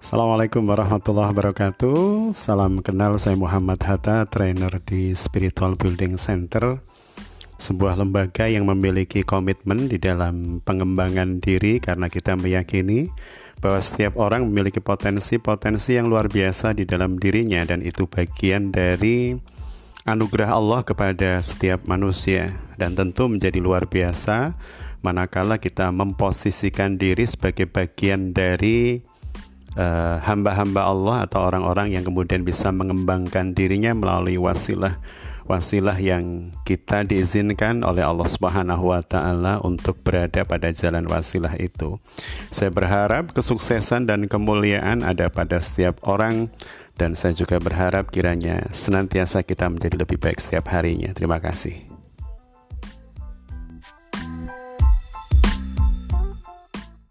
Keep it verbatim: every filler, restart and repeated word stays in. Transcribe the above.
Assalamualaikum warahmatullahi wabarakatuh. Salam kenal, saya Muhammad Hatta, trainer di Spiritual Building Center, sebuah lembaga yang memiliki komitmen di dalam pengembangan diri karena kita meyakini bahwa setiap orang memiliki potensi-potensi yang luar biasa di dalam dirinya, dan itu bagian dari anugerah Allah kepada setiap manusia, dan tentu menjadi luar biasa manakala kita memposisikan diri sebagai bagian dari Uh, hamba-hamba Allah atau orang-orang yang kemudian bisa mengembangkan dirinya melalui wasilah wasilah yang kita diizinkan oleh Allah Subhanahu wa taala untuk berada pada jalan wasilah itu. Saya berharap kesuksesan dan kemuliaan ada pada setiap orang, dan saya juga berharap kiranya senantiasa kita menjadi lebih baik setiap harinya. Terima kasih.